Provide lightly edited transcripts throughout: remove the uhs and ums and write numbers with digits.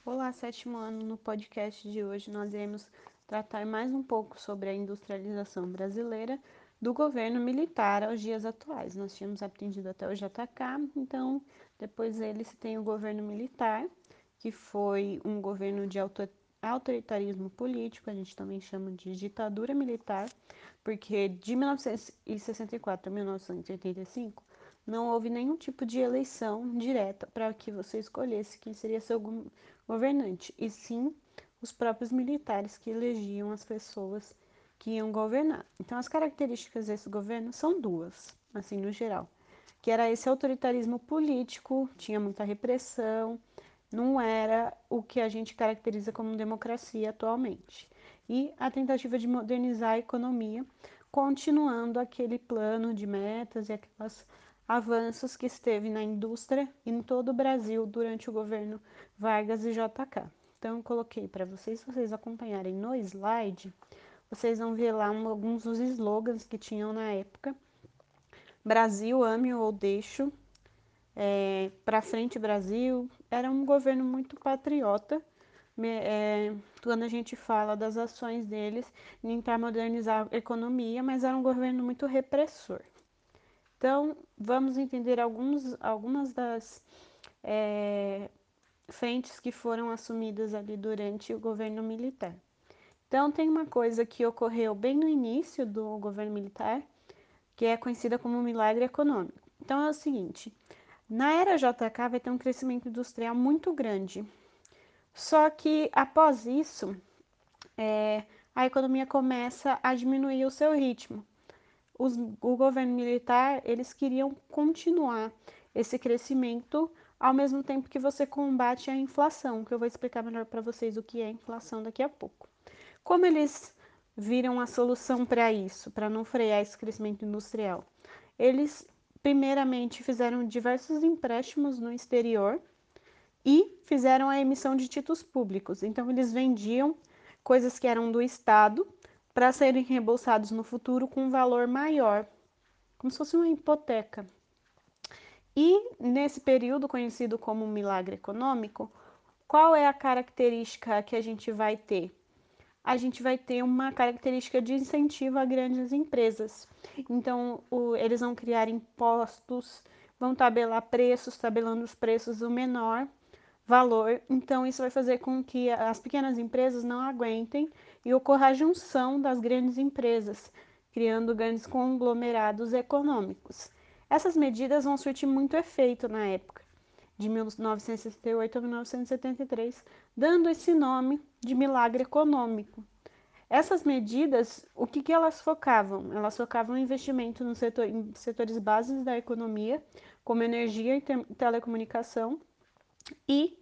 Olá, sétimo ano. No podcast de hoje nós iremos tratar mais um pouco sobre a industrialização brasileira do governo militar aos dias atuais. Nós tínhamos aprendido até o JK, então depois dele se tem o governo militar, que foi um governo de autoritarismo político, a gente também chama de ditadura militar, porque de 1964 a 1985 não houve nenhum tipo de eleição direta para que você escolhesse quem seria seu governante, e sim os próprios militares que elegiam as pessoas que iam governar. Então, as características desse governo são duas, assim, no geral, que era esse autoritarismo político, tinha muita repressão, não era o que a gente caracteriza como democracia atualmente. E a tentativa de modernizar a economia, continuando aquele plano de metas e aqueles avanços que esteve na indústria em todo o Brasil durante o governo Vargas e JK. Então, eu coloquei para vocês, se vocês acompanharem no slide, vocês vão ver lá alguns dos slogans que tinham na época. Brasil, ame ou deixo, para frente Brasil, era um governo muito patriota, quando a gente fala das ações deles para modernizar a economia, mas era um governo muito repressor. Então, vamos entender algumas das frentes que foram assumidas ali durante o governo militar. Então, tem uma coisa que ocorreu bem no início do governo militar, que é conhecida como milagre econômico. Então, é o seguinte: na era JK vai ter um crescimento industrial muito grande. Só que após isso, a economia começa a diminuir o seu ritmo. O governo militar, eles queriam continuar esse crescimento ao mesmo tempo que você combate a inflação, que eu vou explicar melhor para vocês o que é inflação daqui a pouco. Como eles viram a solução para isso, para não frear esse crescimento industrial? Eles, primeiramente, fizeram diversos empréstimos no exterior e fizeram a emissão de títulos públicos. Então, eles vendiam coisas que eram do Estado para serem reembolsados no futuro com um valor maior, como se fosse uma hipoteca. E nesse período conhecido como milagre econômico, qual é a característica que a gente vai ter? A gente vai ter uma característica de incentivo a grandes empresas. Então, eles vão criar impostos, vão tabelar preços, tabelando os preços do menor valor. Então, isso vai fazer com que as pequenas empresas não aguentem e ocorra a junção das grandes empresas, criando grandes conglomerados econômicos. Essas medidas vão surtir muito efeito na época, de 1968 a 1973, dando esse nome de milagre econômico. Essas medidas, o que elas focavam? Elas focavam investimento no setor, em setores básicos da economia, como energia e telecomunicação, e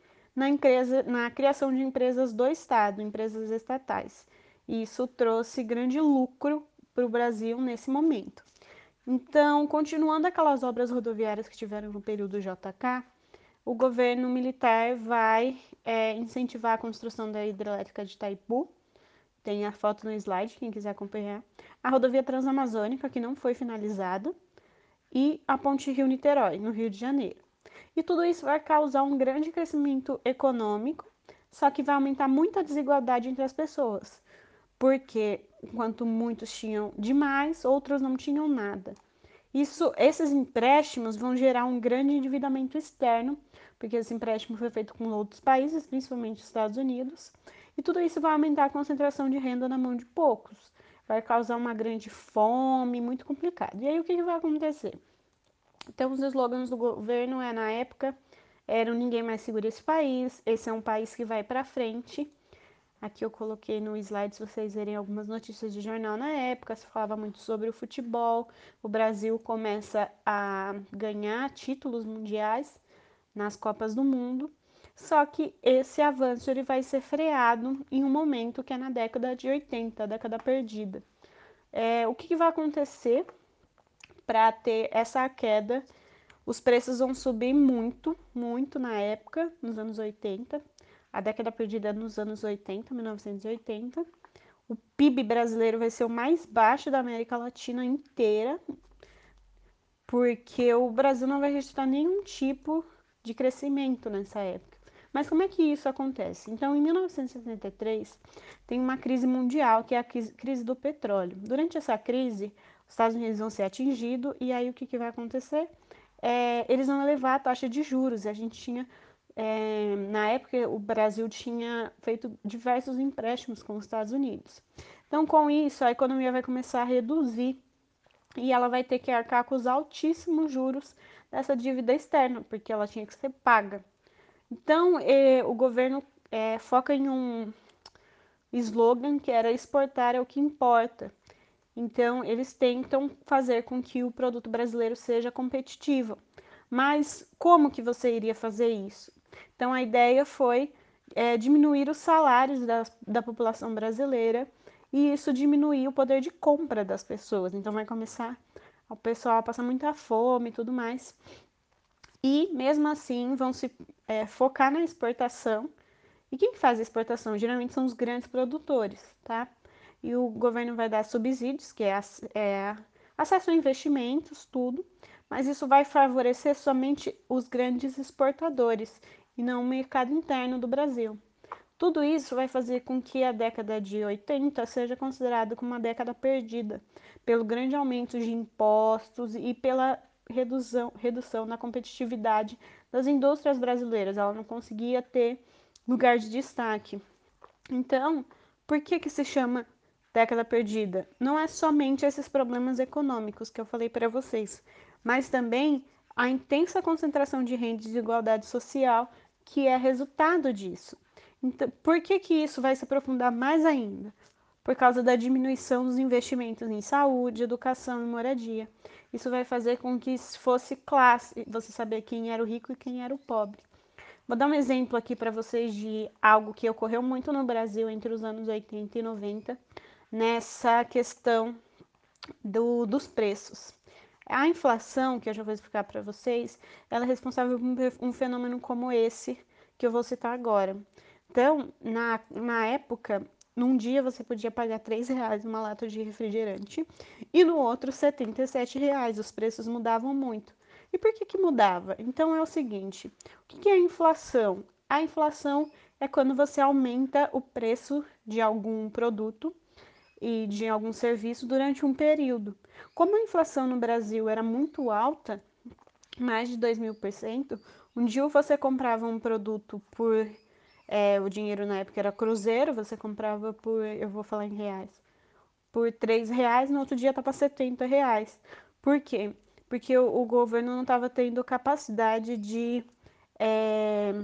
na criação de empresas do Estado, empresas estatais. E isso trouxe grande lucro para o Brasil nesse momento. Então, continuando aquelas obras rodoviárias que tiveram no período JK, o governo militar vai incentivar a construção da hidrelétrica de Itaipu, tem a foto no slide, quem quiser acompanhar, a rodovia Transamazônica, que não foi finalizada, e a ponte Rio-Niterói, no Rio de Janeiro. E tudo isso vai causar um grande crescimento econômico, só que vai aumentar muito a desigualdade entre as pessoas, porque enquanto muitos tinham demais, outros não tinham nada. Esses empréstimos vão gerar um grande endividamento externo, porque esse empréstimo foi feito com outros países, principalmente os Estados Unidos, e tudo isso vai aumentar a concentração de renda na mão de poucos, vai causar uma grande fome, muito complicado. E aí o que vai acontecer? Então, os slogans do governo na época eram ninguém mais segura esse país, esse é um país que vai para frente. Aqui eu coloquei no slide, se vocês verem algumas notícias de jornal na época, se falava muito sobre o futebol. O Brasil começa a ganhar títulos mundiais nas Copas do Mundo. Só que esse avanço ele vai ser freado em um momento que é na década de 80, a década perdida. O que vai acontecer para ter essa queda? Os preços vão subir muito, muito na época, nos anos 80. A década perdida é nos anos 80, 1980. O PIB brasileiro vai ser o mais baixo da América Latina inteira, porque o Brasil não vai registrar nenhum tipo de crescimento nessa época. Mas como é que isso acontece? Então, em 1973, tem uma crise mundial, que é a crise do petróleo. Durante essa crise, os Estados Unidos vão ser atingidos, e aí o que vai acontecer? Eles vão elevar a taxa de juros. E a gente tinha, na época, o Brasil tinha feito diversos empréstimos com os Estados Unidos. Então, com isso, a economia vai começar a reduzir e ela vai ter que arcar com os altíssimos juros dessa dívida externa, porque ela tinha que ser paga. Então, o governo foca em um slogan que era exportar é o que importa. Então, eles tentam fazer com que o produto brasileiro seja competitivo. Mas como que você iria fazer isso? Então, a ideia foi diminuir os salários da população brasileira e isso diminuir o poder de compra das pessoas. Então, vai começar o pessoal a passar muita fome e tudo mais. E, mesmo assim, vão se focar na exportação. E quem faz a exportação? Geralmente são os grandes produtores, tá? E o governo vai dar subsídios, que é acesso a investimentos, tudo, mas isso vai favorecer somente os grandes exportadores e não o mercado interno do Brasil. Tudo isso vai fazer com que a década de 80 seja considerada como uma década perdida, pelo grande aumento de impostos e pela redução na competitividade das indústrias brasileiras. Ela não conseguia ter lugar de destaque. Então, por que se chama década perdida? Não é somente esses problemas econômicos que eu falei para vocês, mas também a intensa concentração de renda e desigualdade social que é resultado disso. Então, por que isso vai se aprofundar mais ainda? Por causa da diminuição dos investimentos em saúde, educação e moradia. Isso vai fazer com que fosse classe, você saber quem era o rico e quem era o pobre. Vou dar um exemplo aqui para vocês de algo que ocorreu muito no Brasil entre os anos 80 e 90, nessa questão dos preços. A inflação, que eu já vou explicar para vocês, ela é responsável por um fenômeno como esse que eu vou citar agora. Então, na época, num dia você podia pagar R$ 3 uma lata de refrigerante e no outro R$ 77. Os preços mudavam muito. E por que mudava? Então é o seguinte, o que é a inflação? A inflação é quando você aumenta o preço de algum produto e de algum serviço durante um período. Como a inflação no Brasil era muito alta, mais de 2.000%, um dia você comprava um produto por, o dinheiro na época era cruzeiro, você comprava por, eu vou falar em reais, por R$ 3, no outro dia estava R$ 70. Por quê? Porque o governo não estava tendo capacidade de é,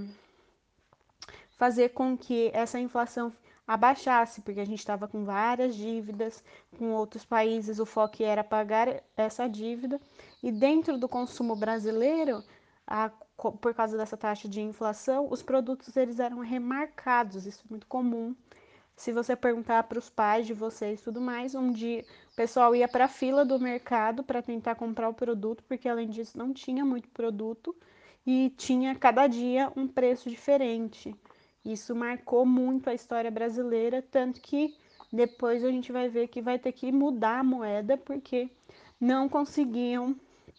fazer com que essa inflação abaixasse, porque a gente estava com várias dívidas com outros países, o foco era pagar essa dívida, e dentro do consumo brasileiro, por causa dessa taxa de inflação, os produtos eles eram remarcados, isso é muito comum. Se você perguntar para os pais de vocês e tudo mais, um dia o pessoal ia para a fila do mercado para tentar comprar o produto, porque além disso não tinha muito produto e tinha cada dia um preço diferente. Isso marcou muito a história brasileira, tanto que depois a gente vai ver que vai ter que mudar a moeda, porque não conseguiam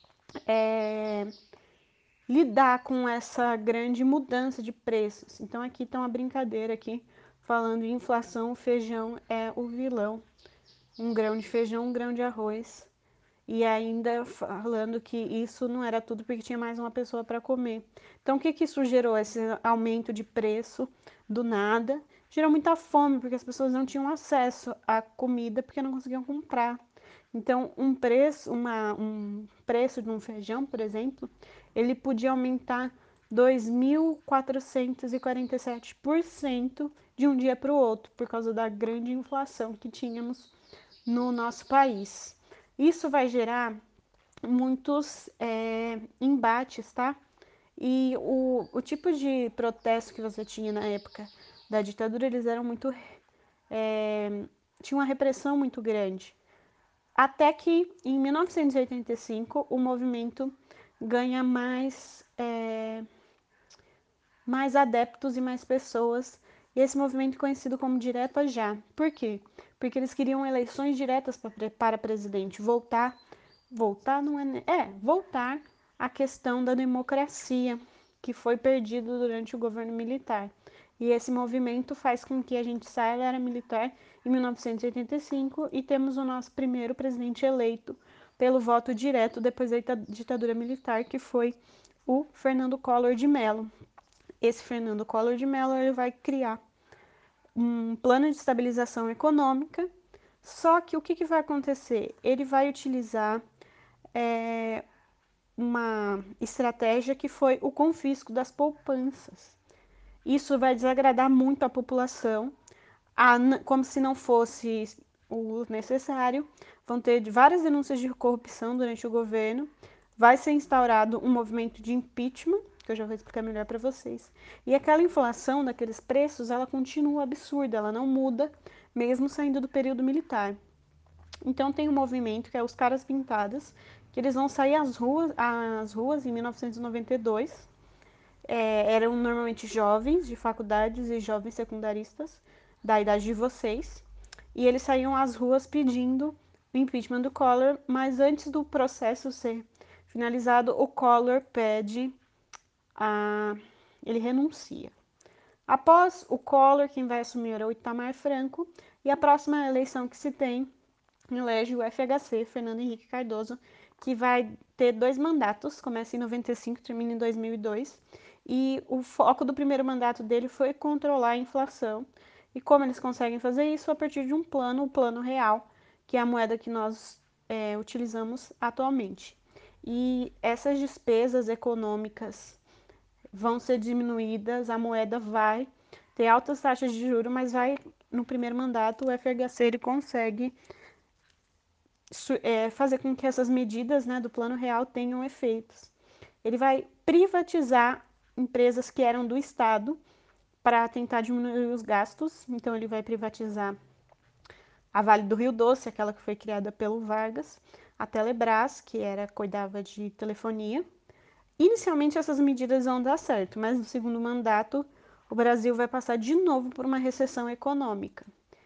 lidar com essa grande mudança de preços. Então aqui está uma brincadeira aqui, falando de inflação, o feijão é o vilão. Um grão de feijão, um grão de arroz. E ainda falando que isso não era tudo porque tinha mais uma pessoa para comer. Então, o que isso gerou? Esse aumento de preço do nada. Gerou muita fome, porque as pessoas não tinham acesso à comida porque não conseguiam comprar. Então, um preço de um feijão, por exemplo, ele podia aumentar 2.447% de um dia para o outro, por causa da grande inflação que tínhamos no nosso país. Isso vai gerar muitos embates, tá? E o tipo de protesto que você tinha na época da ditadura, eles eram muito. Tinha uma repressão muito grande. Até que, em 1985, o movimento ganha mais adeptos e mais pessoas. E esse movimento é conhecido como Direta Já. Por quê? Porque eles queriam eleições diretas para presidente, voltar não é, voltar à questão da democracia. que foi perdido durante o governo militar. E esse movimento faz com que a gente saia da era militar em 1985 e temos o nosso primeiro presidente eleito pelo voto direto depois da ditadura militar, que foi o Fernando Collor de Mello. Esse Fernando Collor de Mello ele vai criar um plano de estabilização econômica, só que o que vai acontecer? Ele vai utilizar uma estratégia que foi o confisco das poupanças. Isso vai desagradar muito a população, como se não fosse o necessário. Vão ter várias denúncias de corrupção durante o governo. Vai ser instaurado um movimento de impeachment, que eu já vou explicar melhor para vocês. E aquela inflação daqueles preços, ela continua absurda, ela não muda, mesmo saindo do período militar. Então tem um movimento que é os Caras Pintadas, que eles vão sair às ruas em 1992. Eram normalmente jovens de faculdades e jovens secundaristas da idade de vocês. E eles saíam às ruas pedindo o impeachment do Collor, mas antes do processo ser finalizado, o Collor pede a... ele renuncia. Após o Collor, quem vai assumir era o Itamar Franco, e a próxima eleição que se tem elege o FHC, Fernando Henrique Cardoso, que vai ter 2 mandatos, começa em 95, termina em 2002, e o foco do primeiro mandato dele foi controlar a inflação. E como eles conseguem fazer isso? A partir de um plano, o Plano Real, que é a moeda que nós utilizamos atualmente. E essas despesas econômicas vão ser diminuídas, a moeda vai ter altas taxas de juros, mas vai, no primeiro mandato, o FHC ele consegue fazer com que essas medidas, né, do Plano Real tenham efeitos. Ele vai privatizar empresas que eram do Estado para tentar diminuir os gastos. Então, ele vai privatizar a Vale do Rio Doce, aquela que foi criada pelo Vargas, a Telebrás, que cuidava de telefonia. Inicialmente, essas medidas vão dar certo, mas no segundo mandato, o Brasil vai passar de novo por uma recessão econômica.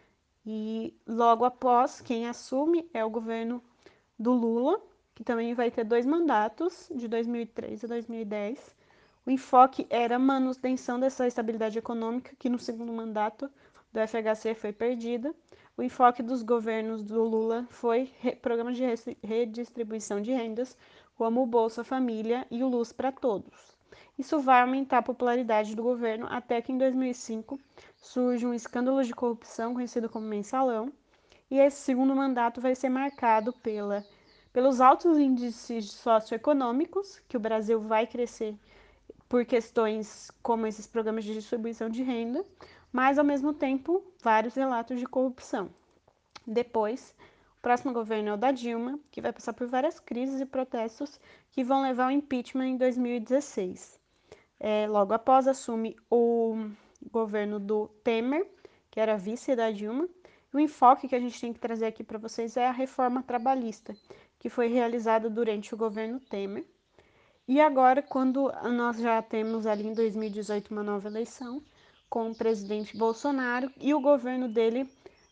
E logo após, quem assume é o governo do Lula, que também vai ter 2 mandatos, de 2003 a 2010. O enfoque era a manutenção dessa estabilidade econômica, que no segundo mandato do FHC foi perdida. O enfoque dos governos do Lula foi programas de redistribuição de rendas, como o Bolsa Família e o Luz para Todos. Isso vai aumentar a popularidade do governo até que em 2005 surge um escândalo de corrupção conhecido como Mensalão, e esse segundo mandato vai ser marcado pelos altos índices socioeconômicos, que o Brasil vai crescer por questões como esses programas de distribuição de renda, mas ao mesmo tempo vários relatos de corrupção. Depois, o próximo governo é o da Dilma, que vai passar por várias crises e protestos que vão levar ao impeachment em 2016. Logo após, assume o governo do Temer, que era vice da Dilma. O enfoque que a gente tem que trazer aqui para vocês é a reforma trabalhista, que foi realizada durante o governo Temer. E agora, quando nós já temos ali em 2018 uma nova eleição, com o presidente Bolsonaro, e o governo dele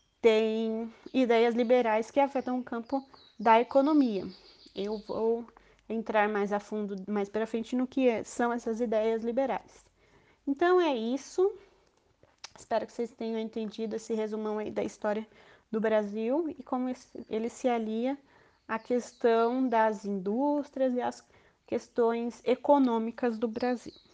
tem ideias liberais que afetam o campo da economia. Eu vou entrar mais a fundo, mais para frente, no que são essas ideias liberais. Então é isso. Espero que vocês tenham entendido esse resumão aí da história do Brasil e como ele se alia à questão das indústrias e às questões econômicas do Brasil.